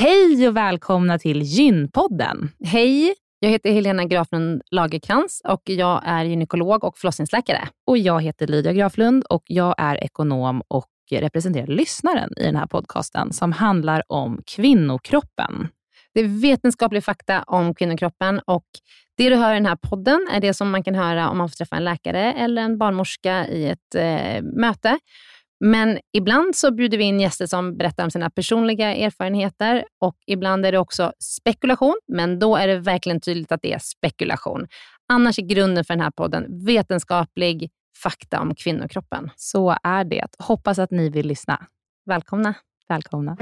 Hej och välkomna till Gynpodden. Hej, jag heter Helena Graflund Lagerkrans och jag är gynekolog och förlossningsläkare. Och jag heter Lydia Graflund och jag är ekonom och representerar lyssnaren i den här podcasten som handlar om kvinnokroppen. Det är vetenskaplig fakta om kvinnokroppen och det du hör i den här podden är det som man kan höra om man får träffa en läkare eller en barnmorska i ett möte. Men ibland så bjuder vi in gäster som berättar om sina personliga erfarenheter och ibland är det också spekulation, men då är det verkligen tydligt att det är spekulation. Annars är grunden för den här podden vetenskaplig fakta om kvinnokroppen. Så är det. Hoppas att ni vill lyssna. Välkomna. Välkomna.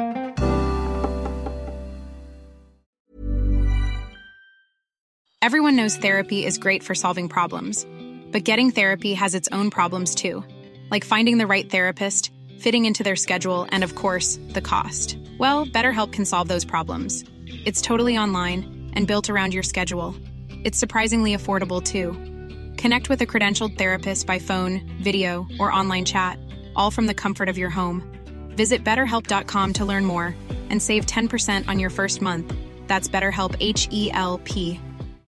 Everyone knows therapy is great for solving problems, but getting therapy has its own problems too. Like finding the right therapist, fitting into their schedule, and of course, the cost. Well, BetterHelp can solve those problems. It's totally online and built around your schedule. It's surprisingly affordable too. Connect with a credentialed therapist by phone, video, or online chat, all from the comfort of your home. Visit BetterHelp.com to learn more and save 10% on your first month. That's BetterHelp, H-E-L-P.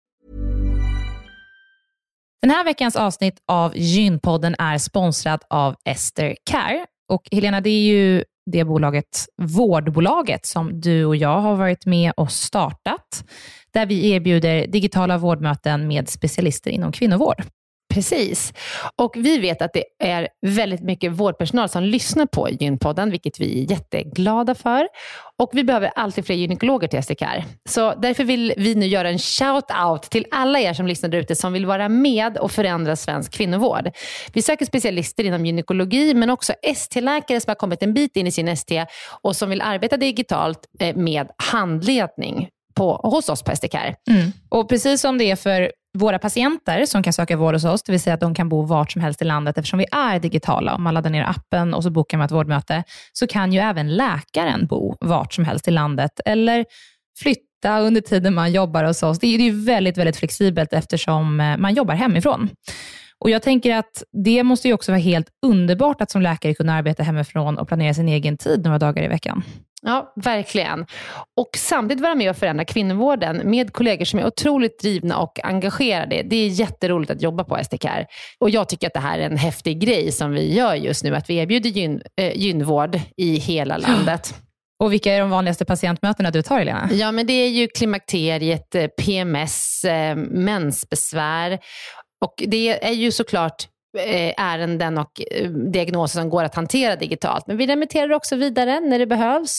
Den här veckans avsnitt av Gynpodden är sponsrad av Ester Care. Och Helena, det är ju det vårdbolaget som du och jag har varit med och startat. Där vi erbjuder digitala vårdmöten med specialister inom kvinnovård. Precis. Och vi vet att det är väldigt mycket vårdpersonal som lyssnar på Gynpodden, vilket vi är jätteglada för. Och vi behöver alltid fler gynekologer till STK. Så därför vill vi nu göra en shout-out till alla er som lyssnar där ute som vill vara med och förändra svensk kvinnovård. Vi söker specialister inom gynekologi men också ST-läkare som har kommit en bit in i sin ST och som vill arbeta digitalt med handledning hos oss på STK. Och precis som det är för våra patienter som kan söka vård hos oss, det vill säga att de kan bo vart som helst i landet eftersom vi är digitala. Om man laddar ner appen och så bokar man ett vårdmöte så kan ju även läkaren bo vart som helst i landet eller flytta under tiden man jobbar hos oss. Det är ju väldigt, väldigt flexibelt eftersom man jobbar hemifrån. Och jag tänker att det måste ju också vara helt underbart att som läkare kunna arbeta hemifrån och planera sin egen tid några dagar i veckan. Ja, verkligen. Och samtidigt vara med och förändra kvinnovården med kollegor som är otroligt drivna och engagerade. Det är jätteroligt att jobba på STK. Och jag tycker att det här är en häftig grej som vi gör just nu. Att vi erbjuder gynvård i hela landet. Och vilka är de vanligaste patientmötena du tar, Helena? Ja, men det är ju klimakteriet, PMS, mensbesvär. Och det är ju såklart ärenden och diagnoser som går att hantera digitalt. Men vi remitterar också vidare när det behövs.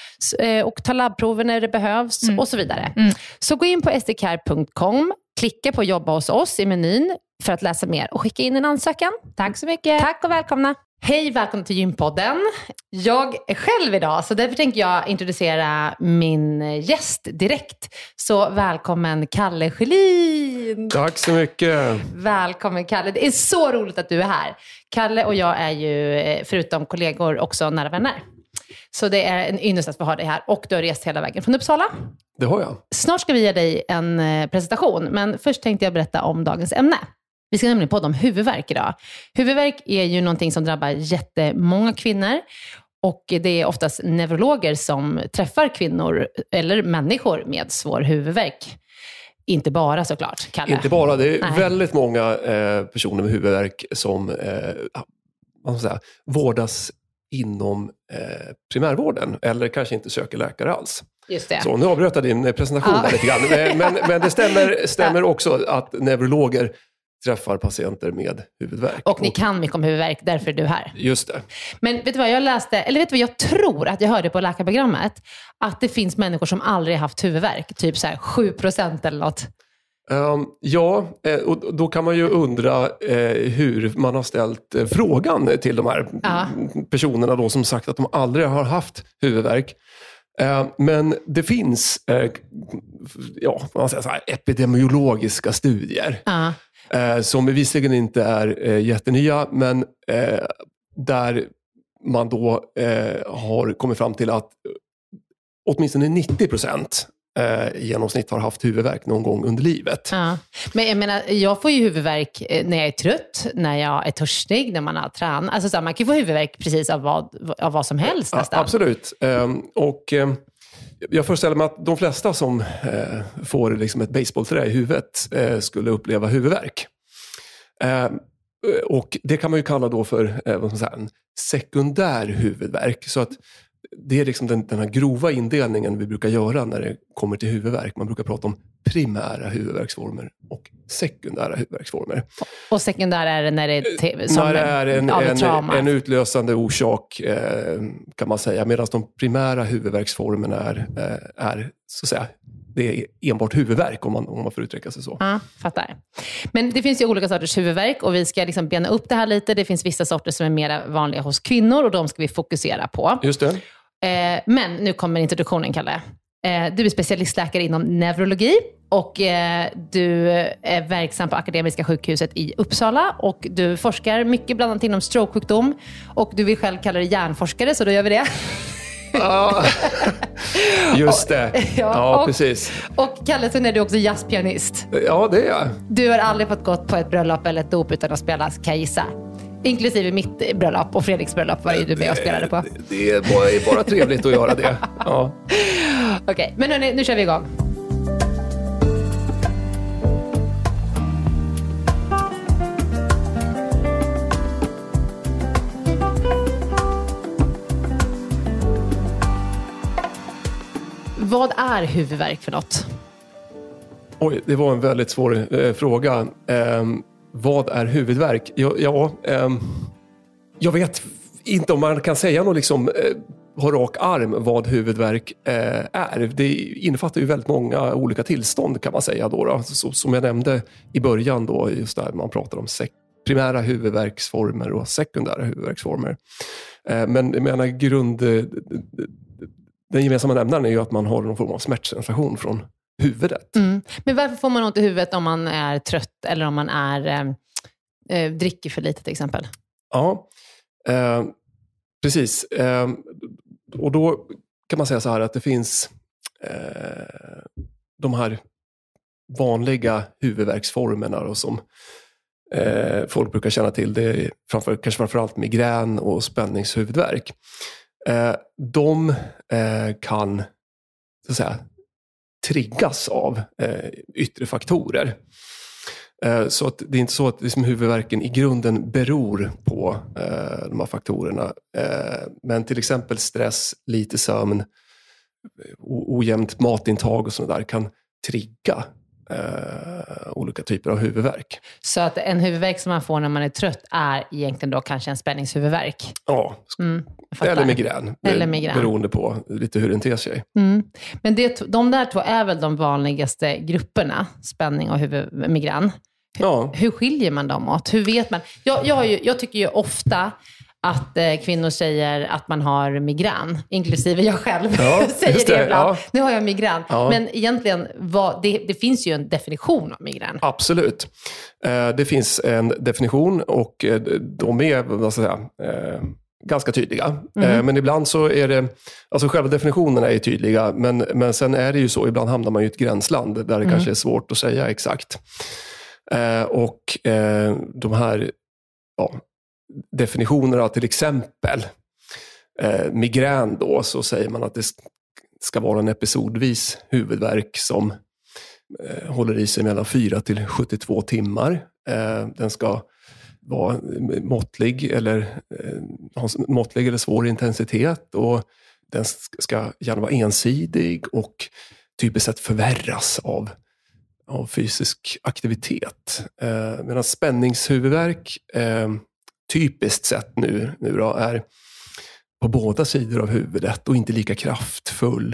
Och tar labbprover när det behövs och så vidare. Så gå in på stcare.com, klicka på jobba hos oss i menyn för att läsa mer och skicka in en ansökan. Tack så mycket. Tack och välkomna. Hej, välkommen till Gynpodden. Jag är själv idag så därför tänker jag introducera min gäst direkt. Så välkommen Kalle Schelin. Tack så mycket. Välkommen Kalle. Det är så roligt att du är här. Kalle och jag är ju förutom kollegor också nära vänner. Så det är en ynnest att få ha dig här och du har rest hela vägen från Uppsala. Det har jag. Snart ska vi ge dig en presentation men först tänkte jag berätta om dagens ämne. Vi ska nämligen podda om huvudvärk idag. Huvudvärk är ju någonting som drabbar jättemånga kvinnor. Och det är oftast neurologer som träffar kvinnor eller människor med svår huvudvärk. Inte bara såklart, Kalle. Inte bara, det är väldigt många personer med huvudvärk som vårdas inom primärvården. Eller kanske inte söker läkare alls. Just det. Så nu avbröt jag din presentation där lite grann. Men det stämmer också att neurologer träffar patienter med huvudvärk. Och ni kan mycket om huvudvärk, därför är du här. Just det. Men vet du vad jag läste, eller vet du vad jag tror att jag hörde på läkarprogrammet? Att det finns människor som aldrig haft huvudvärk. Typ så här 7% eller något. Och då kan man ju undra hur man har ställt frågan till de här personerna då som sagt att de aldrig har haft huvudvärk. Men det finns man säger så här, epidemiologiska studier som visserligen inte är jättenya, men där man då har kommit fram till att åtminstone 90% i genomsnitt har haft huvudvärk någon gång under livet. Ja. Men jag menar, jag får ju huvudvärk när jag är trött, när jag är törstig, när man har tränat. Alltså så, man kan ju få huvudvärk precis av vad som helst nästan. Absolut. Och jag föreställer mig att de flesta som får liksom ett baseballträ i huvudet skulle uppleva huvudvärk. Och det kan man ju kalla då för vad ska man säga, en sekundär huvudvärk. Så att det är liksom den här grova indelningen vi brukar göra när det kommer till huvudvärk. Man brukar prata om primära huvudvärksformer och sekundära huvudvärksformer. Och sekundära är det när det är en utlösande orsak kan man säga. Medan de primära huvudvärksformerna är så att säga, det är enbart huvudvärk om man får uttrycka sig så. Ja, fattar. Men det finns ju olika sorters huvudvärk och vi ska liksom bena upp det här lite. Det finns vissa sorter som är mer vanliga hos kvinnor och de ska vi fokusera på. Just det. Men nu kommer introduktionen, Kalle. Du är specialistläkare inom neurologi och du är verksam på Akademiska sjukhuset i Uppsala och du forskar mycket bland annat inom strokesjukdom och du vill själv kalla dig hjärnforskare, så då gör vi det. Ja, just det. Ja, precis. Och Kalle, sen är du också jazzpianist. Ja, det är jag. Du har aldrig fått gått på ett bröllop eller ett dop utan att spela, kan jag gissa. Inklusive mitt bröllop och Fredriks bröllop var ju du med och spelade på. Det är bara trevligt att göra det. Ja. Okej, men hörni, nu kör vi igång. Vad är huvudvärk för något? Oj, det var en väldigt svår fråga. Vad är huvudvärk? Jag vet inte om man kan säga något liksom, på rak arm vad huvudvärk är. Det innefattar ju väldigt många olika tillstånd kan man säga då. Så, som jag nämnde i början då, just där man pratar om primära huvudvärksformer och sekundära huvudvärksformer. Men jag menar den gemensamma nämnaren är ju att man har någon form av smärtsensation från huvudet. Mm. Men varför får man ont i huvudet om man är trött eller om man dricker för lite till exempel? Ja, precis. Och då kan man säga så här att det finns de här vanliga huvudvärksformerna då, som folk brukar känna till. Det är kanske framförallt migrän och spänningshuvudvärk. De kan så att säga triggas av yttre faktorer. Så att det är inte så att liksom huvudvärken i grunden beror på de här faktorerna. Men till exempel stress, lite sömn, ojämnt matintag och sådär kan trigga olika typer av huvudvärk. Så att en huvudvärk som man får när man är trött är egentligen då kanske en spänningshuvudvärk? Ja, eller migrän. Beroende på lite hur den ter sig. Mm. Men de där två är väl de vanligaste grupperna, spänning och migrän. Hur skiljer man dem åt? Hur vet man? Jag tycker ju ofta att kvinnor säger att man har migrän, inklusive jag själv säger det ibland. Ja. Nu har jag migrän. Ja. Men egentligen, det finns ju en definition av migrän. Absolut. Det finns en definition och de är vad ska jag säga, ganska tydliga. Men ibland så är det, alltså själva definitionerna är tydliga, men sen är det ju så, ibland hamnar man i ett gränsland där det kanske är svårt att säga exakt. Och de här definitionerna, till exempel migrän då, så säger man att det ska vara en episodvis huvudvärk som håller i sig mellan 4 till 72 timmar. Den ska vara måttlig eller svår intensitet, och den ska gärna vara ensidig och typiskt sett förvärras av fysisk aktivitet. Medan spänningshuvudvärk typiskt sett nu då är på båda sidor av huvudet och inte lika kraftfull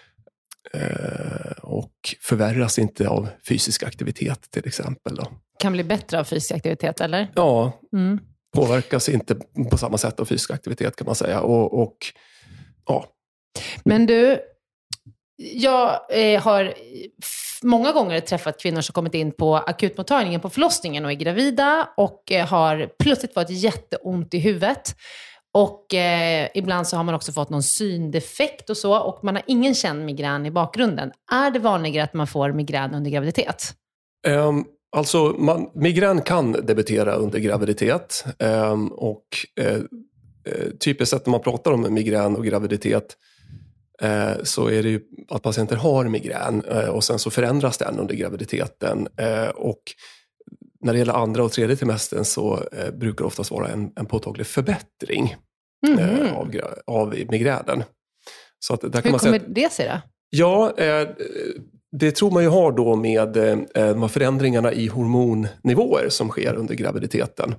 och förvärras inte av fysisk aktivitet till exempel då. Kan bli bättre av fysisk aktivitet, eller? Ja, påverkas inte på samma sätt av fysisk aktivitet kan man säga. Och ja. Men du, jag har många gånger träffat kvinnor som kommit in på akutmottagningen på förlossningen och är gravida och har plötsligt fått jätteont i huvudet. Och ibland så har man också fått någon syndefekt och så, och man har ingen känd migrän i bakgrunden. Är det vanligare att man får migrän under graviditet? Alltså migrän kan debutera under graviditet och typiskt sett när man pratar om migrän och graviditet så är det ju att patienter har migrän och sen så förändras den under graviditeten. Och när det gäller andra och tredje trimestern så brukar det oftast vara en påtaglig förbättring av migränen. Så att där kan Hur kommer det sig då? Ja, det tror man ju har då med de här förändringarna i hormonnivåer som sker under graviditeten.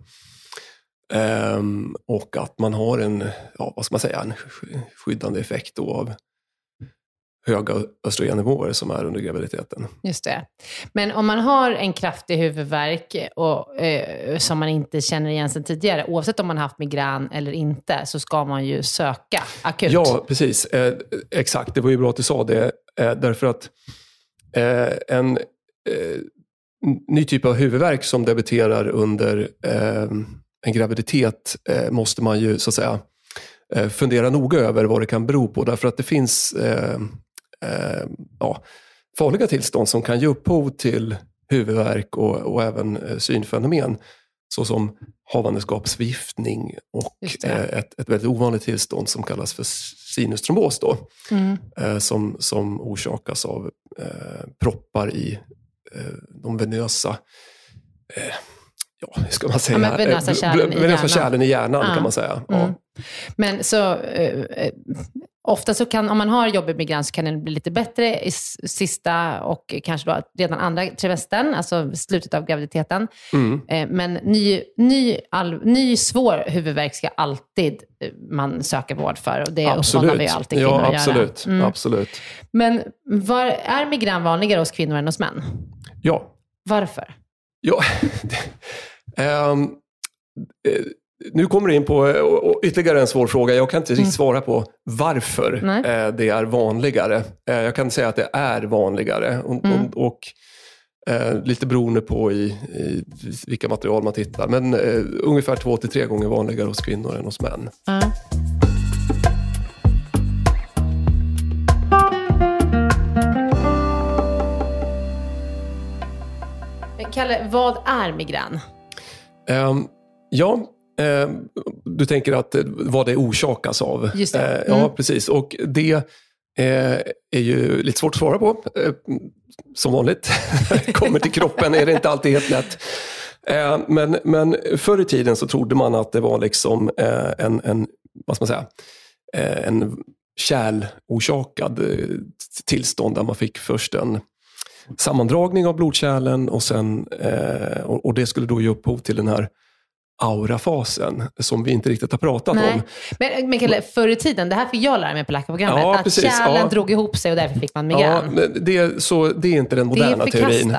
Och att man har en skyddande effekt då av höga östrogennivåer som är under graviditeten. Just det. Men om man har en kraftig huvudvärk och, som man inte känner igen sedan tidigare, oavsett om man har haft migrän eller inte, så ska man ju söka akut. Ja, precis. Exakt, det var ju bra att du sa det. Därför att en ny typ av huvudvärk som debuterar under en graviditet måste man ju så att säga fundera noga över vad det kan bero på. Därför att det finns farliga tillstånd som kan ge upphov till huvudvärk och även synfenomen, såsom havandeskapsviftning och ett väldigt ovanligt tillstånd som kallas för sinustrombos då, som orsakas av proppar i de venösa hur ska man säga? Venösa kärlen i hjärnan kan man säga. Ja. Men så ofta så kan, om man har jobbig migrän, så kan den bli lite bättre i sista och kanske då redan andra trimestern, alltså slutet av graviditeten. Men ny svår huvudvärk ska alltid man söka vård för, och det uppmanar vi alltid kvinnor att göra. Absolut. Men är migrän vanligare hos kvinnor än hos män? Ja. Varför? Ja, nu kommer du in på ytterligare en svår fråga. Jag kan inte riktigt svara på varför det är vanligare. Jag kan säga att det är vanligare och lite beroende på i vilka material man tittar. Men ungefär 2-3 gånger vanligare hos kvinnor än hos män. Kalle, vad är migrän? Du tänker att vad det orsakas av. Just det. Ja, precis. Och det är ju lite svårt att svara på. Som vanligt. Kommer till kroppen är det inte alltid helt lätt. Men förr i tiden så trodde man att det var liksom en kärlorsakad tillstånd där man fick först en sammandragning av blodkärlen och sen och det skulle då ge upphov till den här aurafasen som vi inte riktigt har pratat om. Men Kalle, förr i tiden, det här fick jag lära mig på läkarprogrammet, att kärlen drog ihop sig och därför fick man migrän. Ja, det är inte den moderna teorin.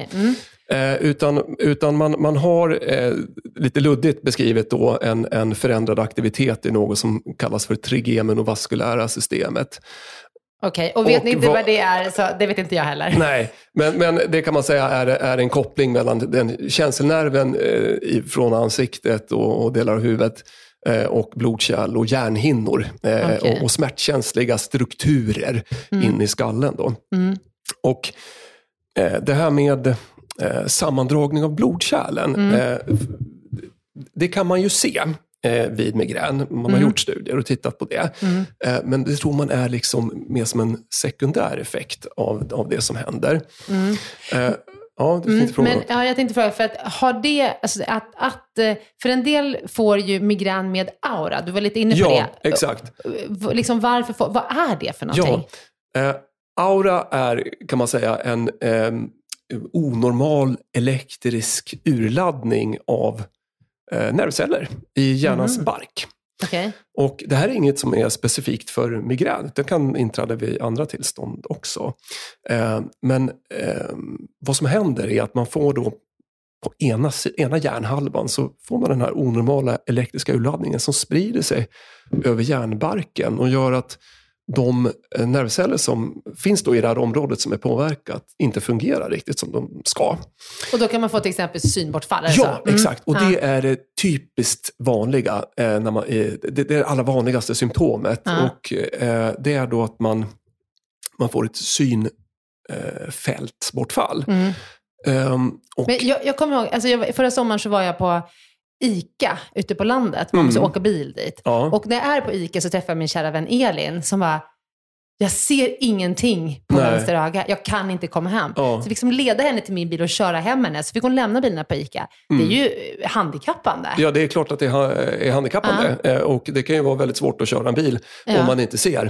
Utan man har lite luddigt beskrivet då en förändrad aktivitet i något som kallas för trigeminopaskulära systemet. Okej, och vet ni inte vad det är, så det vet inte jag heller. Nej, men det kan man säga är en koppling mellan den känselnerven från ansiktet och delar av huvudet och blodkärl och hjärnhinnor och smärtkänsliga strukturer in i skallen då. Och det här med sammandragning av blodkärlen, det kan man ju se vid migrän. Man har gjort studier och tittat på det. Men det tror man är liksom mer som en sekundär effekt av det som händer. Ja, du tänkte fråga. Jag tänkte fråga, för att har det, alltså för en del får ju migrän med aura. Du var lite inne på det. Ja, exakt. Liksom vad är det för någonting? Ja, aura är, kan man säga, en onormal elektrisk urladdning av nervceller i hjärnans bark. Okay. Och det här är inget som är specifikt för migrän. Det kan inträda vid andra tillstånd också. Men vad som händer är att man får då på ena hjärnhalvan så får man den här onormala elektriska urladdningen som sprider sig över hjärnbarken och gör att de nervceller som finns då i det här området som är påverkat inte fungerar riktigt som de ska. Och då kan man få till exempel synbortfall? Ja, exakt. Och det är det typiskt vanliga, det är det allra vanligaste symptomet. Och det är då att man får ett synfältsbortfall. Men jag kommer ihåg, alltså förra sommaren så var jag på ICA ute på landet. Man måste åka bil dit. Ja. Och när jag är på ICA så träffar jag min kära vän Elin som var Jag ser ingenting på vänster öga. Jag kan inte komma hem. Så fick liksom leda henne till min bil och köra hem henne. Så fick hon lämna bilarna på ICA. Det är ju handikappande. Ja, det är klart att det är handikappande. Och det kan ju vara väldigt svårt att köra en bil om man inte ser.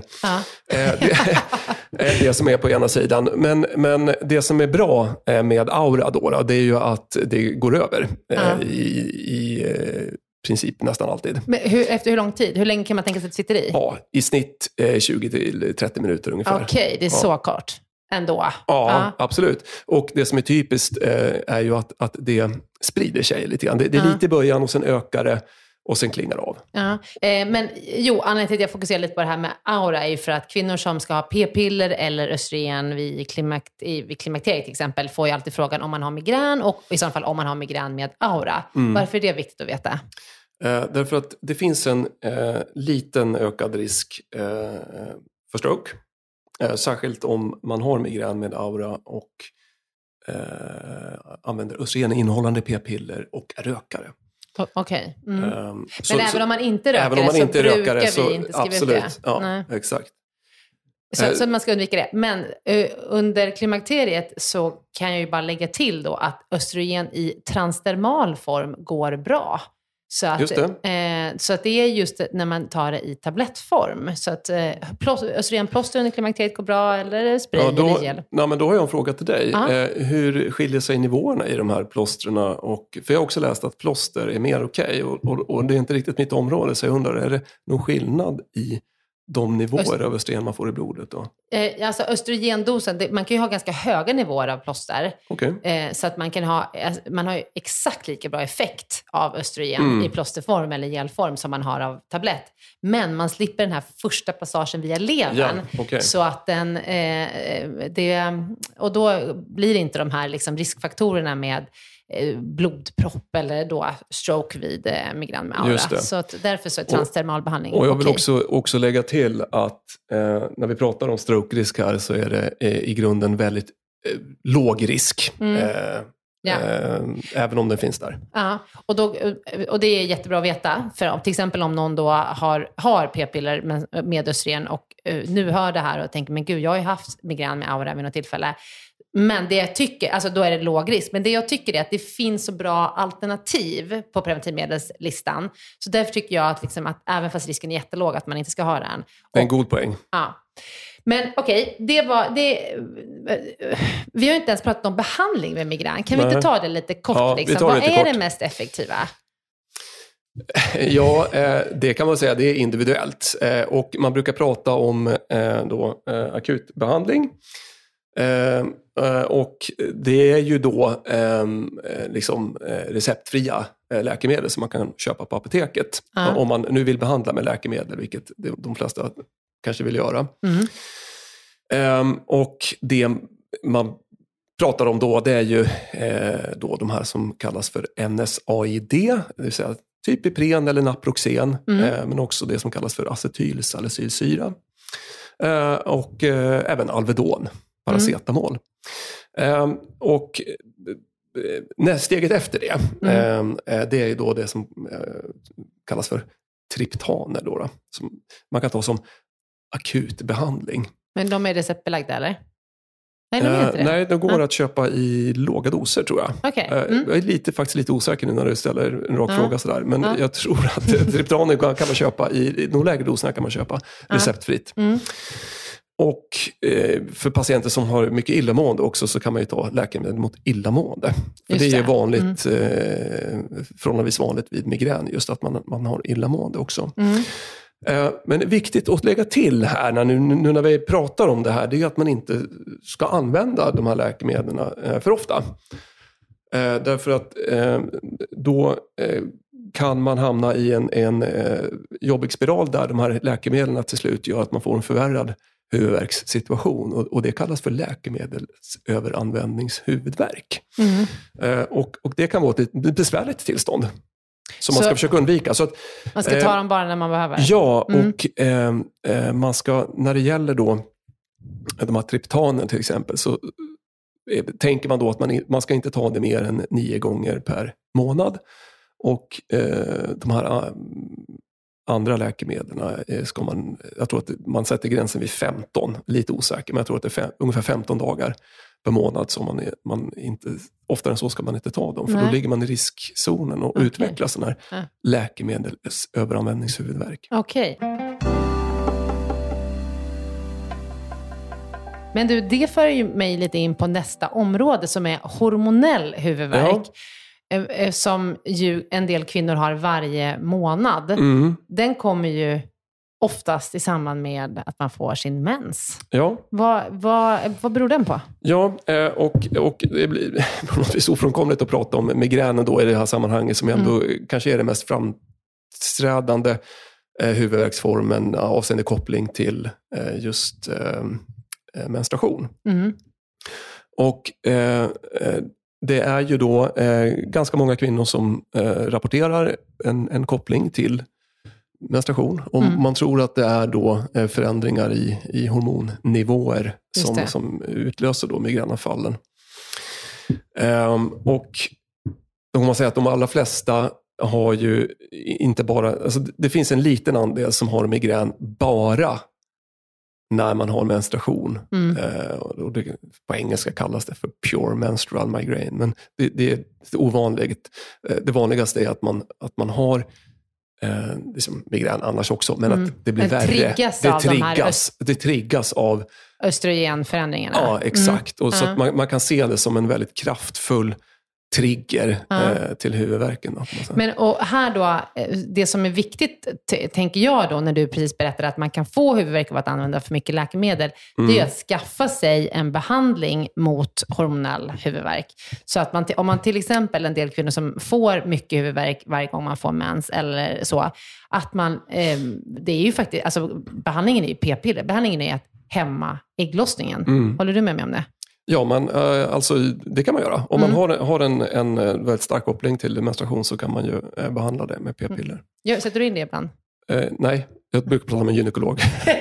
Det som är på ena sidan. Men det som är bra med Aura då, det är ju att det går över i princip nästan alltid. Men efter hur lång tid? Hur länge kan man tänka sig att det sitter i? Ja, i snitt 20-30 minuter ungefär. Okej, det är så kort ändå. Ja, absolut. Och det som är typiskt är ju att det sprider sig lite grann. Det är lite i början och sen ökar det och sen klingar av. Ja. Men anledningen till att jag fokuserar lite på det här med Aura är ju för att kvinnor som ska ha p-piller eller östrogen vid klimakteriet till exempel får ju alltid frågan om man har migrän och i så fall om man har migrän med Aura. Varför är det viktigt att veta? Därför att det finns en liten ökad risk för stroke. Särskilt om man har migrän med Aura och använder östrogen innehållande p-piller och är rökare. Okej. Men även om man inte rökare även om man inte brukar rökare, vi inte skriva absolut, ut det. Ja, Nej. exakt. Så man ska undvika det. Men under klimakteriet så kan jag ju bara lägga till då att östrogen i transdermal form går bra. Så att, så att det är just när man tar det i tablettform. Så att östrogenplåster under klimakteriet går bra eller spray eller gel. Men då har jag en fråga till dig. Hur skiljer sig nivåerna i de här plåsterna? För jag har också läst att plåster är mer okej. Och det är inte riktigt mitt område, så jag undrar, är det någon skillnad i de nivåer av östrogen man får i blodet då? Alltså östrogendosen, man kan ju ha ganska höga nivåer av plåster. Okay. Så att man har ju exakt lika bra effekt av östrogen i plåsterform eller gelform som man har av tablett. Men man slipper den här första passagen via levern. Ja, okay. Så att och då blir inte de här liksom riskfaktorerna med blodpropp eller då stroke vid migrän med Aura. Så att därför så är transdermal behandling. Och jag vill också lägga till att när vi pratar om stroke-risk här så är det i grunden väldigt låg risk. Även om det finns där. Ja, och det är jättebra att veta. För till exempel om någon då har p-piller med östrogen och nu hör det här och tänker, men gud, jag har ju haft migrän med Aura vid något tillfälle. Men det jag tycker, alltså då är det låg risk. Men det jag tycker är att det finns så bra alternativ på preventivmedelslistan. Så därför tycker jag att även fast risken är jättelåg att man inte ska ha den. Det är en god poäng. Ja. Men okej, vi har inte ens pratat om behandling med migrän. Kan vi inte ta det lite kort? Ja, Vad är det mest effektiva? Ja, det kan man säga, det är individuellt. Och man brukar prata om akutbehandling. Och det är ju då receptfria läkemedel som man kan köpa på apoteket. Om man nu vill behandla med läkemedel, vilket de flesta kanske vill göra. Och det man pratar om då, det är ju då de här som kallas för NSAID, det vill säga typ Ipren eller Naproxen, men också det som kallas för acetylsalicylsyra. Och även Alvedon, paracetamol. Och steget efter det, det är ju då det som kallas för triptaner då, som man kan ta som akut behandling. Men de är receptbelagda eller? Nej, de är inte det. Nej, de går att köpa i låga doser tror jag. Okay. Jag är faktiskt lite osäker nu när du ställer en rak fråga sådär. Men jag tror att triptaner kan man köpa i de lägre doserna kan man köpa receptfritt. Och för patienter som har mycket illamående också så kan man ju ta läkemedel mot illamående. För det är vanligt, förhållandevis vanligt vid migrän, just att man har illamående också. Men viktigt att lägga till här nu när vi pratar om det här, det är att man inte ska använda de här läkemedlen för ofta. Därför att då kan man hamna i en jobbig spiral där de här läkemedlen till slut gör att man får en förvärrad huvudvärkssituation, och det kallas för läkemedelsöveranvändningshuvudvärk. Och det kan vara ett besvärligt tillstånd som man ska försöka undvika. Så att, man ska ta dem bara när man behöver. Ja, och man ska, när det gäller då de här triptanen till exempel, så tänker man då att man ska inte ta det mer än 9 gånger per månad. Och de här andra läkemedlen ska man, jag tror att man sätter gränsen vid 15, lite osäker, men jag tror att det är ungefär 15 dagar per månad som man inte, oftare än så ska man inte ta dem, för då ligger man i riskzonen och utvecklar sån här läkemedelsöveranvändningshuvudvärk. Okej. Men du, det för ju mig lite in på nästa område som är hormonell huvudvärk. Som ju en del kvinnor har varje månad. Den kommer ju oftast i samband med att man får sin mens. Ja. Vad beror den på? Ja, och det blir på något vis ofrånkomligt att prata om migränen då i det här sammanhanget, som ändå kanske är det mest framträdande huvudvärksformen avseende koppling till just menstruation. Och det är ju då ganska många kvinnor som rapporterar en koppling till menstruation. Och man tror att det är då förändringar i hormonnivåer som utlöser då migränanfallen. Och då kan man säga att de allra flesta har ju inte bara, alltså det finns en liten andel som har migrän bara när man har menstruation. Och det, på engelska kallas det för pure menstrual migraine. Men det är ovanligt. Det vanligaste är att man har liksom migrän annars också. Men att det blir värre. Det triggas av östrogenförändringarna. Ja, exakt. Och så att man kan se det som en väldigt kraftfull trigger till huvudvärken. Men och här då, det som är viktigt tänker jag då, när du precis berättade att man kan få huvudvärk av att använda för mycket läkemedel, det är att skaffa sig en behandling mot hormonell huvudvärk. Så att om man till exempel, en del kvinnor som får mycket huvudvärk varje gång man får mens eller så, att man, det är ju faktiskt, alltså behandlingen är ju p-piller, behandlingen är att hämma ägglossningen. Håller du med mig om det? Ja, alltså det kan man göra. Om man har en väldigt stark koppling till menstruation så kan man ju behandla det med p-piller. Sätter du in det ibland? Nej, jag brukar prata med en gynekolog.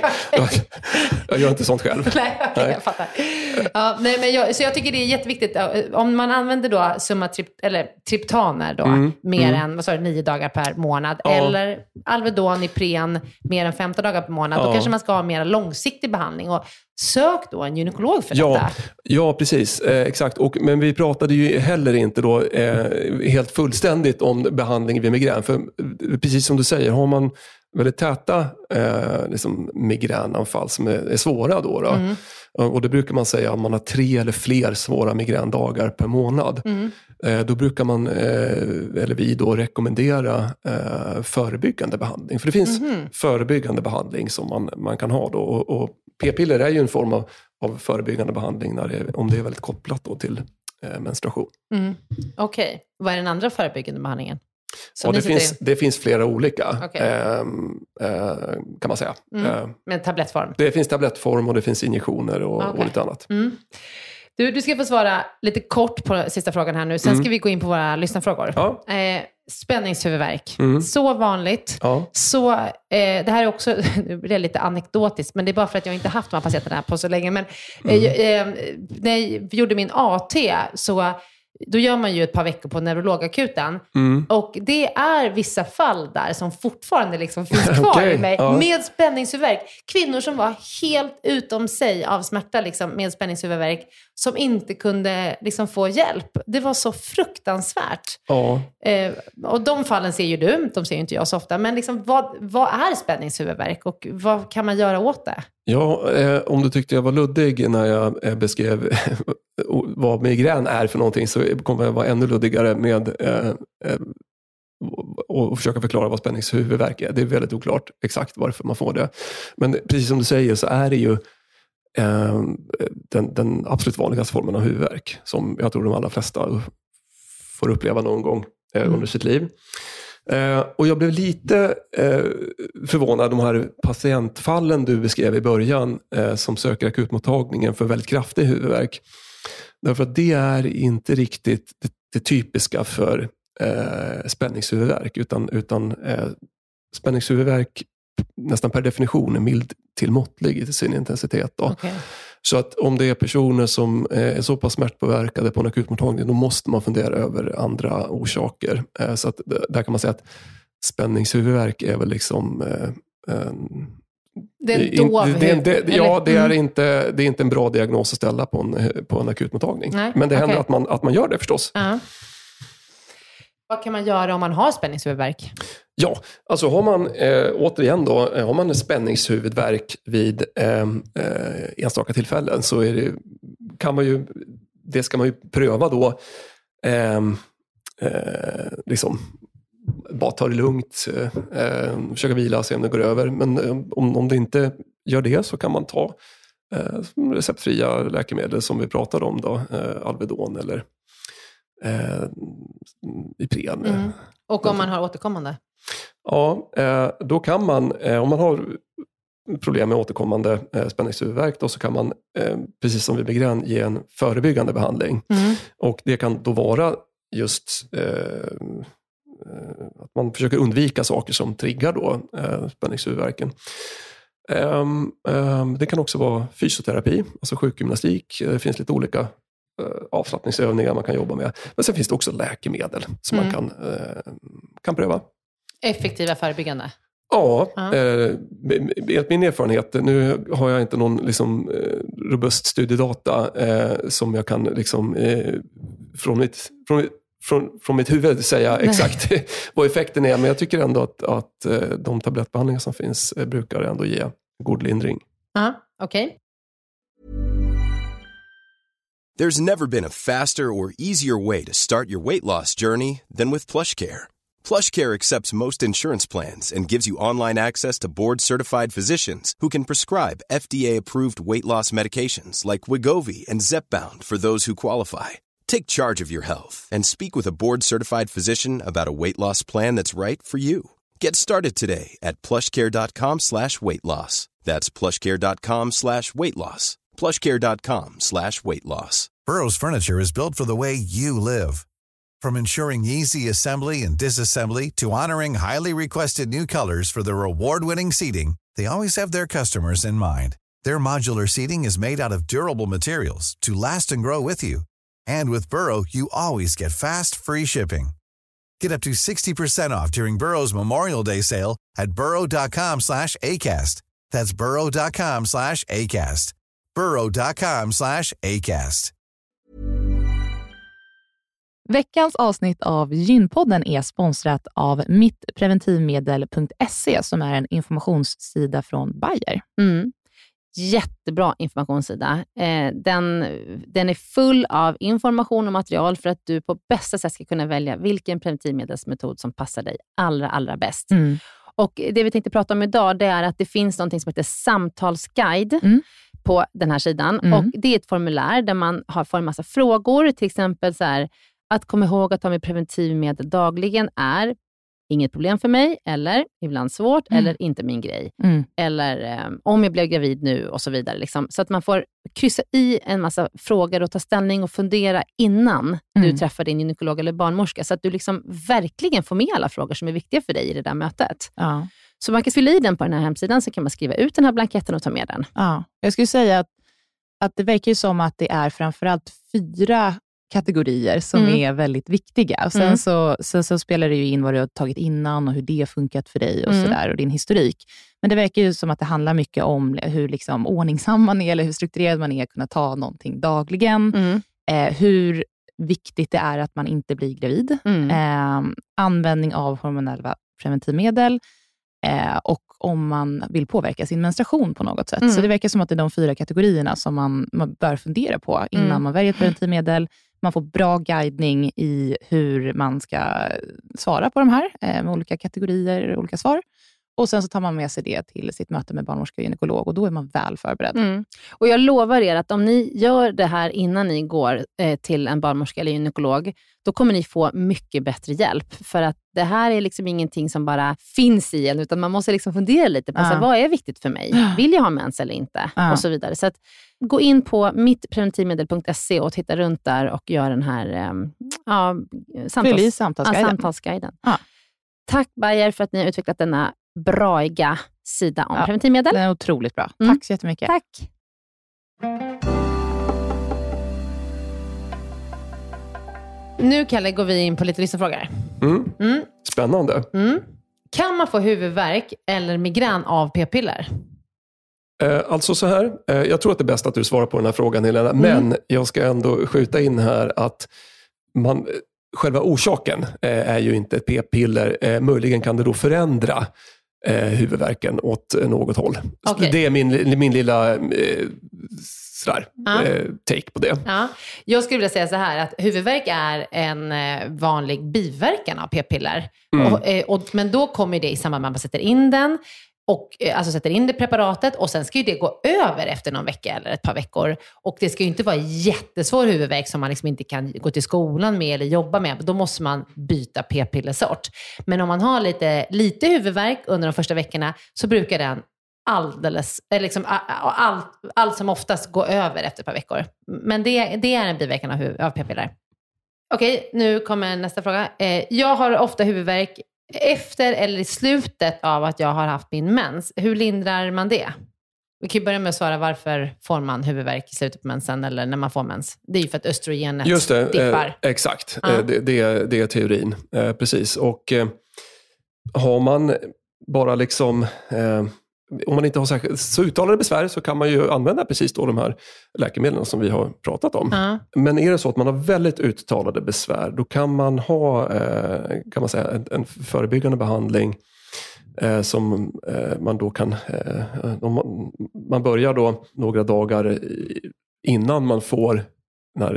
Jag gör inte sånt själv. Nej, okay, jag fattar. Ja, så jag tycker det är jätteviktigt. Om man använder då triptaner då, mer än 9 dagar per månad, eller Alvedon, Ipren mer än 15 dagar per månad, då kanske man ska ha mer långsiktig behandling. Och sök då en gynekolog för detta. Ja, precis. Exakt. Men vi pratade ju heller inte då helt fullständigt om behandling vid migrän. För precis som du säger, har man väldigt täta liksom migränanfall som är svåra då. Och det brukar man säga om man har 3 eller fler svåra migrändagar per månad. Då brukar man, eller vi då, rekommendera förebyggande behandling. För det finns förebyggande behandling som man kan ha då. Och p-piller är ju en form av förebyggande behandling om det är väldigt kopplat då till menstruation. Okej. Vad är den andra förebyggande behandlingen? Det finns flera olika, kan man säga. Men tablettform? Det finns tablettform och det finns injektioner och lite annat. Du ska få svara lite kort på sista frågan här nu. Sen ska vi gå in på våra lyssnarfrågor. Ja. Spänningshuvudvärk. Så vanligt. Ja. Så, det här är också det är lite anekdotiskt, men det är bara för att jag inte haft de här patienterna på så länge. Men när jag gjorde min AT så då gör man ju ett par veckor på neurologakuten. Och det är vissa fall där som fortfarande liksom finns kvar i mig. Med spänningshuvudvärk. Kvinnor som var helt utom sig av smärta liksom, med spänningshuvudvärk. Som inte kunde liksom få hjälp. Det var så fruktansvärt. Och de fallen ser ju du. De ser ju inte jag så ofta. Men liksom, vad är spänningshuvudvärk? Och vad kan man göra åt det? Ja, om du tyckte jag var luddig när jag beskrev vad migrän är för någonting, så kommer jag vara ännu luddigare med och försöka förklara vad spänningshuvudvärk är. Det är väldigt oklart exakt varför man får det. Men precis som du säger så är det ju den absolut vanligaste formen av huvudvärk som jag tror de allra flesta får uppleva någon gång under sitt liv. Och jag blev lite förvånad de här patientfallen du beskrev i början som söker akutmottagningen för väldigt kraftig huvudvärk. Därför att det är inte riktigt det typiska för spänningshuvudvärk, utan spänningshuvudvärk nästan per definition är mild till måttlig i sin intensitet. Då. Okay. Så att om det är personer som är så pass smärtpåverkade på en akutmottagning, då måste man fundera över andra orsaker. Så att där kan man säga att spänningshuvudvärk är väl liksom... det är en dov hud. Det är inte en bra diagnos att ställa på en akutmottagning. Nej, men det händer att man gör det förstås. Vad kan man göra om man har spänningshuvudvärk? Ja, alltså har man återigen då, har man en spänningshuvudvärk vid enstaka tillfällen så det ska man ju pröva då liksom bara ta det lugnt, försöka vila, se om det går över. Men om det inte gör det så kan man ta receptfria läkemedel som vi pratade om då, Alvedon eller Ipren. Och om man har återkommande? Ja, då kan man, om man har problem med återkommande spänningshuvudvärk då, så kan man, precis som vid migrän, ge en förebyggande behandling. Och det kan då vara just att man försöker undvika saker som triggar då spänningshuvudvärken. Det kan också vara fysioterapi, alltså sjukgymnastik. Det finns lite olika avslappningsövningar man kan jobba med. Men sen finns det också läkemedel som man kan pröva. Effektiva förebyggande? Ja, enligt min erfarenhet, nu har jag inte någon liksom, robust studiedata som jag kan liksom, från mitt huvud säga exakt vad effekten är, men jag tycker ändå att de tablettbehandlingar som finns brukar ändå ge god lindring. Okej. There's never been a faster or easier way to start your weight loss journey than with PlushCare. PlushCare accepts most insurance plans and gives you online access to board-certified physicians who can prescribe FDA-approved weight loss medications like Wegovy and Zepbound for those who qualify. Take charge of your health and speak with a board-certified physician about a weight loss plan that's right for you. Get started today at plushcare.com/weightloss. That's plushcare.com/weightloss. plushcare.com/weightloss. Burrow's furniture is built for the way you live. From ensuring easy assembly and disassembly to honoring highly requested new colors for their award-winning seating, they always have their customers in mind. Their modular seating is made out of durable materials to last and grow with you. And with Burrow, you always get fast, free shipping. Get up to 60% off during Burrow's Memorial Day sale at burrow.com/ACAST. That's burrow.com/ACAST. burrow.com/ACAST. Veckans avsnitt av Gynpodden är sponsrat av mittpreventivmedel.se som är en informationssida från Bayer. Jättebra informationssida. Den är full av information och material för att du på bästa sätt ska kunna välja vilken preventivmedelsmetod som passar dig allra bäst. Och det vi tänkte prata om idag, det är att det finns något som heter samtalsguide på den här sidan. Och det är ett formulär där man får en massa frågor, till exempel så här: att komma ihåg att ta med preventivmedel dagligen är inget problem för mig, eller ibland svårt, eller inte min grej. Eller om jag blev gravid nu och så vidare. Liksom. Så att man får kryssa i en massa frågor och ta ställning och fundera innan du träffar din gynekolog eller barnmorska. Så att du liksom verkligen får med alla frågor som är viktiga för dig i det där mötet. Ja. Så man kan fylla i den på den här hemsidan, så kan man skriva ut den här blanketten och ta med den. Ja. Jag skulle säga att det verkar ju som att det är framförallt 4 kategorier som är väldigt viktiga. Och sen så spelar det ju in vad du har tagit innan och hur det har funkat för dig och sådär, och din historik. Men det verkar ju som att det handlar mycket om hur liksom ordningsam man är eller hur strukturerad man är att kunna ta någonting dagligen. Hur viktigt det är att man inte blir gravid. Användning av hormonella preventivmedel. Och om man vill påverka sin menstruation på något sätt. Så det verkar som att det är de 4 kategorierna som man bör fundera på innan man väljer ett preventivmedel. Man får bra guidning i hur man ska svara på de här med olika kategorier och olika svar. Och sen så tar man med sig det till sitt möte med barnmorska och gynekolog, och då är man väl förberedd. Och jag lovar er att om ni gör det här innan ni går till en barnmorska eller gynekolog, då kommer ni få mycket bättre hjälp. För att det här är liksom ingenting som bara finns i en, utan man måste liksom fundera lite på så, vad är viktigt för mig? Vill jag ha mens eller inte? Och så vidare. Så att gå in på mittpreventivmedel.se och titta runt där och gör den här samtalsguiden. Tack Bayer för att ni har utvecklat denna braiga sida om preventivmedel. Den är otroligt bra. Tack så jättemycket. Tack. Nu, Kalle, går vi in på lite lyssnarfrågor. Spännande. Kan man få huvudvärk eller migrän av p-piller? Alltså så här, jag tror att det är bäst att du svarar på den här frågan, Helena, men jag ska ändå skjuta in här att själva orsaken är ju inte ett p-piller. Möjligen kan det då förändra huvudvärken åt något håll. Okay. Det är min lilla take på det. Ja. Jag skulle vilja säga så här, att huvudvärk är en vanlig biverkan av p-piller. Men då kommer det i samband med att man sätter in den. Och alltså sätter in det preparatet och sen ska ju det gå över efter någon vecka eller ett par veckor. Och det ska ju inte vara jättesvår huvudvärk som man liksom inte kan gå till skolan med eller jobba med. Då måste man byta p-pillersort. Men om man har lite huvudvärk under de första veckorna så brukar den allt som oftast gå över efter ett par veckor. Men det är en biverkan av p-piller. Okej, nu kommer nästa fråga. Jag har ofta huvudvärk efter eller i slutet av att jag har haft min mens. Hur lindrar man det? Vi kan ju börja med att svara, varför får man huvudvärk i slutet på mensen eller när man får mens? Det är ju för att östrogenet dippar. Exakt, det är teorin. Precis, och har man bara liksom... om man inte har så uttalade besvär så kan man ju använda precis då de här läkemedlen som vi har pratat om. Men är det så att man har väldigt uttalade besvär, då kan man ha kan man säga, en förebyggande behandling som man då kan... man börjar då några dagar innan man får när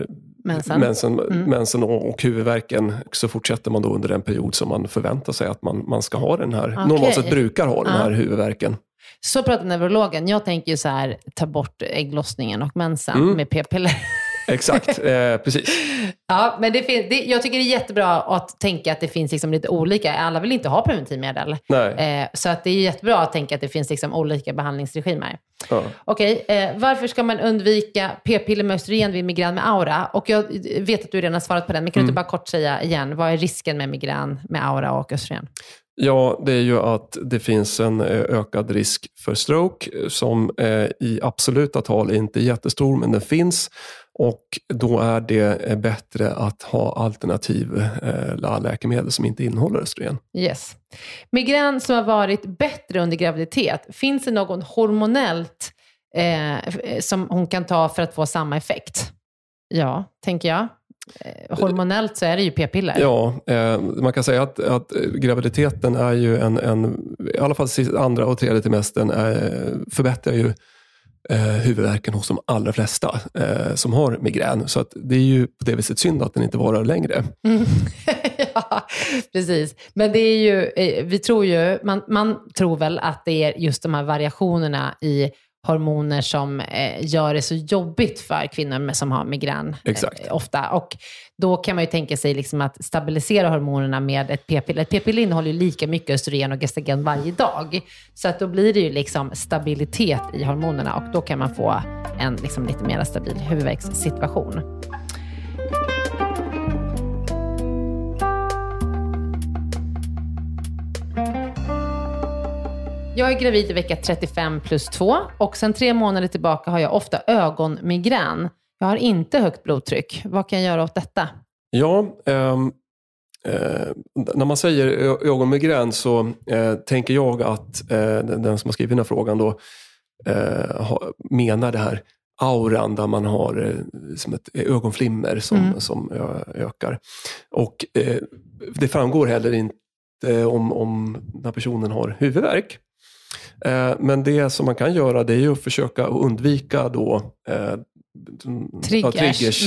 mensen och huvudvärken, så fortsätter man då under den period som man förväntar sig att man ska ha den här, normalt sett brukar ha den här huvudvärken. Så pratar neurologen. Jag tänker ju så här, ta bort ägglossningen och mensen med p-piller. Exakt, precis. Ja, men jag tycker det är jättebra att tänka att det finns liksom lite olika. Alla vill inte ha preventivmedel. Så att det är jättebra att tänka att det finns liksom olika behandlingsregimer. Okej, varför ska man undvika p-piller med östrogen vid migrän med aura? Och jag vet att du redan har svarat på den, men kan du inte bara kort säga igen, vad är risken med migrän med aura och östrogen? Ja, det är ju att det finns en ökad risk för stroke som i absoluta tal inte är jättestor, men den finns. Och då är det bättre att ha alternativa läkemedel som inte innehåller östrogen. Yes. Migrän som har varit bättre under graviditet, finns det någon hormonellt som hon kan ta för att få samma effekt? Ja, tänker jag. Hormonellt så är det ju p-piller. Ja, man kan säga att graviditeten är ju i alla fall andra och tredje trimestern förbättrar ju huvudvärken hos de allra flesta som har migrän. Så att det är ju på det viset synd att den inte varar längre. Ja, precis. Men det är ju, vi tror ju, man tror väl att det är just de här variationerna i hormoner som gör det så jobbigt för kvinnor som har migrän ofta. Och då kan man ju tänka sig liksom att stabilisera hormonerna med ett p-piller. Ett p-piller innehåller ju lika mycket östrogen och gestagen varje dag. Så att då blir det ju liksom stabilitet i hormonerna och då kan man få en liksom lite mer stabil huvudvärkssituation. Jag är gravid i vecka 35+2 och sedan 3 månader tillbaka har jag ofta ögonmigrän. Jag har inte högt blodtryck. Vad kan jag göra åt detta? Ja, när man säger ögonmigrän så tänker jag att den som har skrivit den här frågan då menar det här auran där man har som ett ögonflimmer som ökar. Och det framgår heller inte om när personen har huvudvärk. Men det som man kan göra, det är ju att försöka undvika då triggers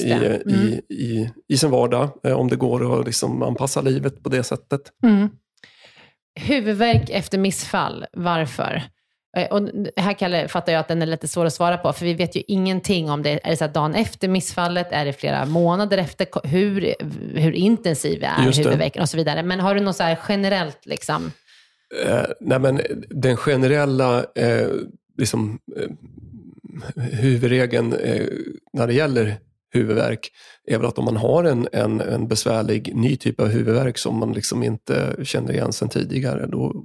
i sin vardag, om det går att liksom anpassa livet på det sättet. Huvudvärk efter missfall, varför? Och här fattar jag att den är lite svår att svara på, för vi vet ju ingenting om det. Är det så här dagen efter missfallet? Är det flera månader efter? Hur intensiv är huvudvärken och så vidare? Men har du något så här generellt liksom... Nej, men den generella huvudregeln när det gäller huvudvärk är väl att om man har en besvärlig ny typ av huvudvärk som man liksom inte känner igen sedan tidigare,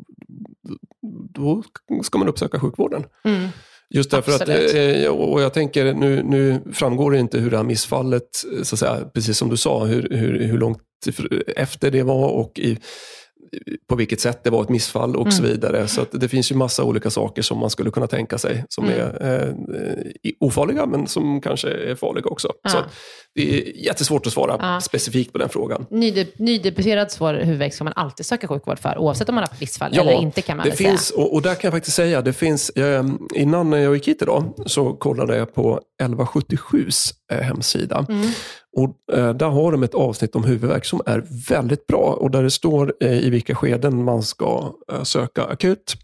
då ska man uppsöka sjukvården. Just därför att, och jag tänker, nu framgår det inte hur det här missfallet, så att säga, precis som du sa, hur långt efter det var, och på vilket sätt det var ett missfall och så vidare. Så att det finns ju massa olika saker som man skulle kunna tänka sig som är ofarliga men som kanske är farliga också. Så att det är jättesvårt att svara specifikt på den frågan. Nydebuterad svår huvudvärk ska man alltid söka sjukvård för, oavsett om man har haft missfall eller inte, kan man det finns, säga. Och där kan jag faktiskt säga, det finns, innan jag gick hit idag så kollade jag på 1177s hemsida. Och där har de ett avsnitt om huvudvärk som är väldigt bra och där det står i vilka skeden man ska söka akut.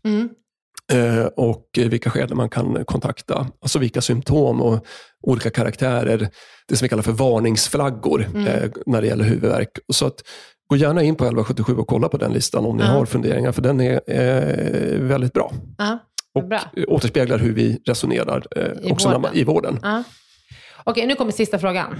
Och vilka skeden man kan kontakta, alltså vilka symptom och olika karaktärer, det som vi kallar för varningsflaggor när det gäller huvudvärk. Så att gå gärna in på 1177 och kolla på den listan om ni har funderingar, för den är väldigt bra. Och bra. Återspeglar hur vi resonerar i vården. Okej, nu kommer sista frågan.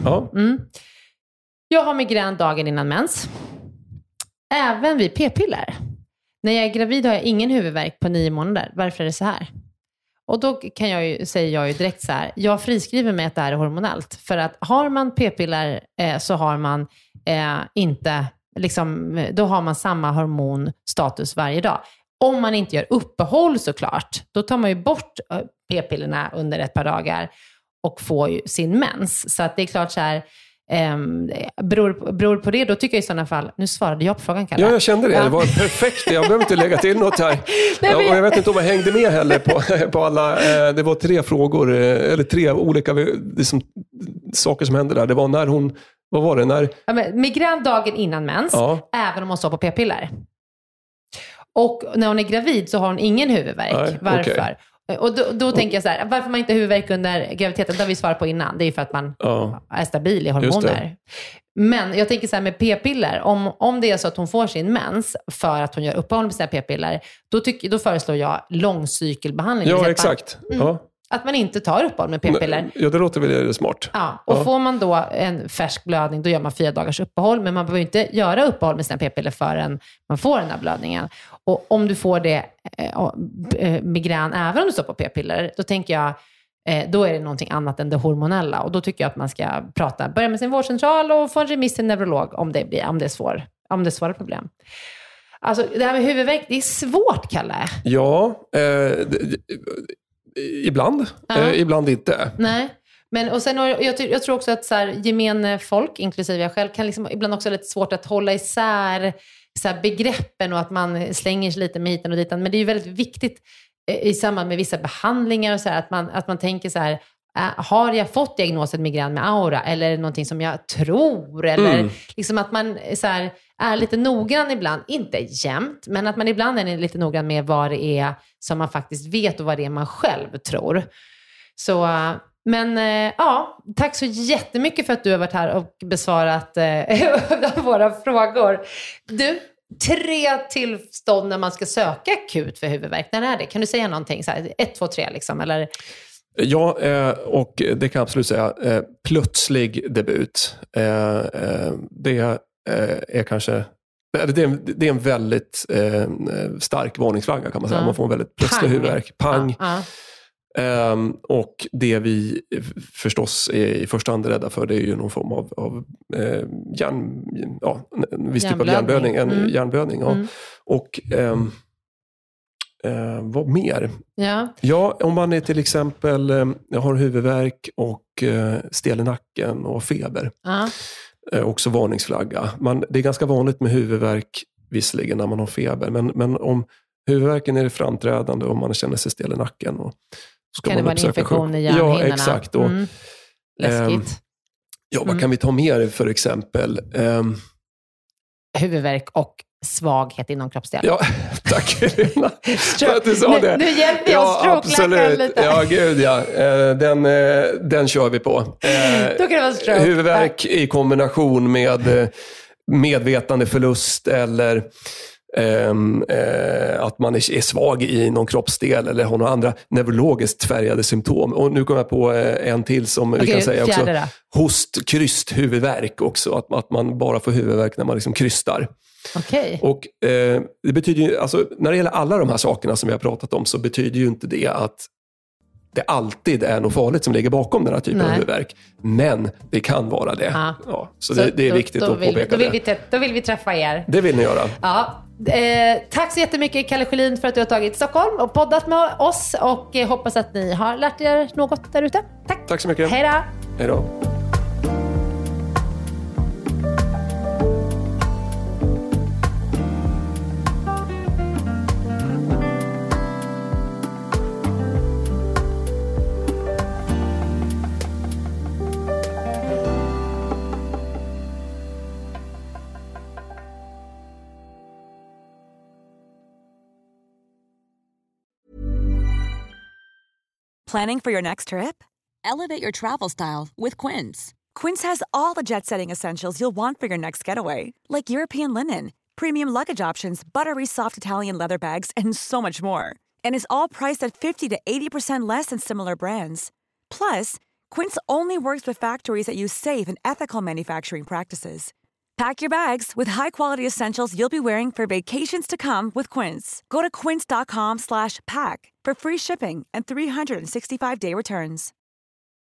Jag har migrän dagen innan mens. Även vid p-piller. När jag är gravid har jag ingen huvudvärk på 9 månader. Varför är det så här? Och då kan säger jag direkt så här. Jag friskriver mig att det här är hormonellt. För att har man p-piller så har man inte, liksom, då har man samma hormonstatus varje dag. Om man inte gör uppehåll såklart, då tar man ju bort p-pillerna under ett par dagar och får ju sin mens. Så att det är klart så här, beror på det, då tycker jag i sådana fall, nu svarade jag på frågan, Kalle. Ja, jag kände det. Det var perfekt. Jag behöver inte lägga till något här. Och jag vet inte om jag hängde med heller på alla. Det var 3 frågor, eller 3 olika liksom, saker som hände där. Det var när hon, vad var det? När... migrän dagen innan mens, även om hon står på p-piller. Och när hon är gravid så har hon ingen huvudvärk. Varför? Okay. Och då tänker jag så här, varför man inte har huvudvärk under graviditeten, det har vi svarat på innan. Det är för att man är stabil i hormoner. Men jag tänker så här med p-piller, om det är så att hon får sin mens för att hon gör uppehåll med sina p-piller, då föreslår jag långcykelbehandling. Ja, exakt. Att man inte tar uppehåll med p-piller. Ja, det låter väl smart. Ja, och får man då en färsk blödning, då gör man 4 dagars uppehåll. Men man behöver inte göra uppehåll med sina p-piller förrän man får den här blödningen. Och om du får det migrän även om du står på p-piller, då tänker jag, då är det någonting annat än det hormonella. Och då tycker jag att man ska börja med sin vårdcentral och få en remiss till en neurolog om det är svåra problem. Alltså det här med huvudvärk, det är svårt, Kalle. Ja, ibland. Ibland inte. Nej. Men och sen, jag tror också att så här, gemene folk, inklusive jag själv, kan liksom ibland också lite svårt att hålla isär så här, begreppen, och att man slänger sig lite med hiten och ditan. Men det är ju väldigt viktigt i samband med vissa behandlingar och så här, att man tänker så här, har jag fått diagnosen migrän med aura, eller är det någonting som jag tror, eller liksom att man så här, är lite noggrann ibland, inte jämt, men att man ibland är lite noggrann med vad det är som man faktiskt vet och vad det är man själv tror. Så, men tack så jättemycket för att du har varit här och besvarat våra frågor. Du, 3 tillstånd när man ska söka akut för huvudvärk, när är det? Kan du säga någonting? Så här, 1, 2, 3 liksom, eller... Ja, och det kan jag absolut säga. Plötslig debut. Det är kanske... Det är en väldigt stark varningsflagga, kan man säga. Man får en väldigt plötslig huvudvärk. Pang. Och det vi förstås är i första hand rädda för, det är ju någon form av en viss typ av hjärnblödning. En hjärnblödning. Ja. Och... vad mer? Ja, om man är till exempel har huvudvärk och stel i nacken och feber. Också varningsflagga. Det är ganska vanligt med huvudvärk visserligen när man har feber. Men om huvudvärken är framträdande och man känner sig stel i nacken. Och ska kan det vara en infektion i hjärnhinnorna? Ja, exakt. Och, läskigt. Vad kan vi ta mer för exempel? Huvudvärk och svaghet inom kroppsdelen. Ja, tack Helena för att du sa det. Nu hjälper jag stroke-läkaren lite. Ja, gud ja. Den kör vi på. Då kan det vara stroke. Huvudvärk i kombination med medvetandeförlust eller att man är svag i någon kroppsdel eller har några andra neurologiskt färgade symptom. Och nu kommer jag på en till som vi kan säga också. Host, kryst, huvudvärk också. Att man bara får huvudvärk när man liksom krystar. Okay. Och det betyder ju, alltså, när det gäller alla de här sakerna som vi har pratat om, så betyder ju inte det att det alltid är något farligt som ligger bakom den här typen av huvudvärk. Men det kan vara det. Ja, så det är viktigt att påpeka då vill vi träffa er. Det vill ni göra. Ja. Tack så jättemycket Kalle Sjölin för att du har tagit Stockholm och poddat med oss, och hoppas att ni har lärt er något där ute. Tack så mycket. Hej då. Hej då. Planning for your next trip? Elevate your travel style with Quince. Quince has all the jet-setting essentials you'll want for your next getaway, like European linen, premium luggage options, buttery soft Italian leather bags, and so much more. And is all priced at 50 to 80% less than similar brands. Plus, Quince only works with factories that use safe and ethical manufacturing practices. Pack your bags with high-quality essentials you'll be wearing for vacations to come with Quince. Go to quince.com/pack for free shipping and 365-day returns.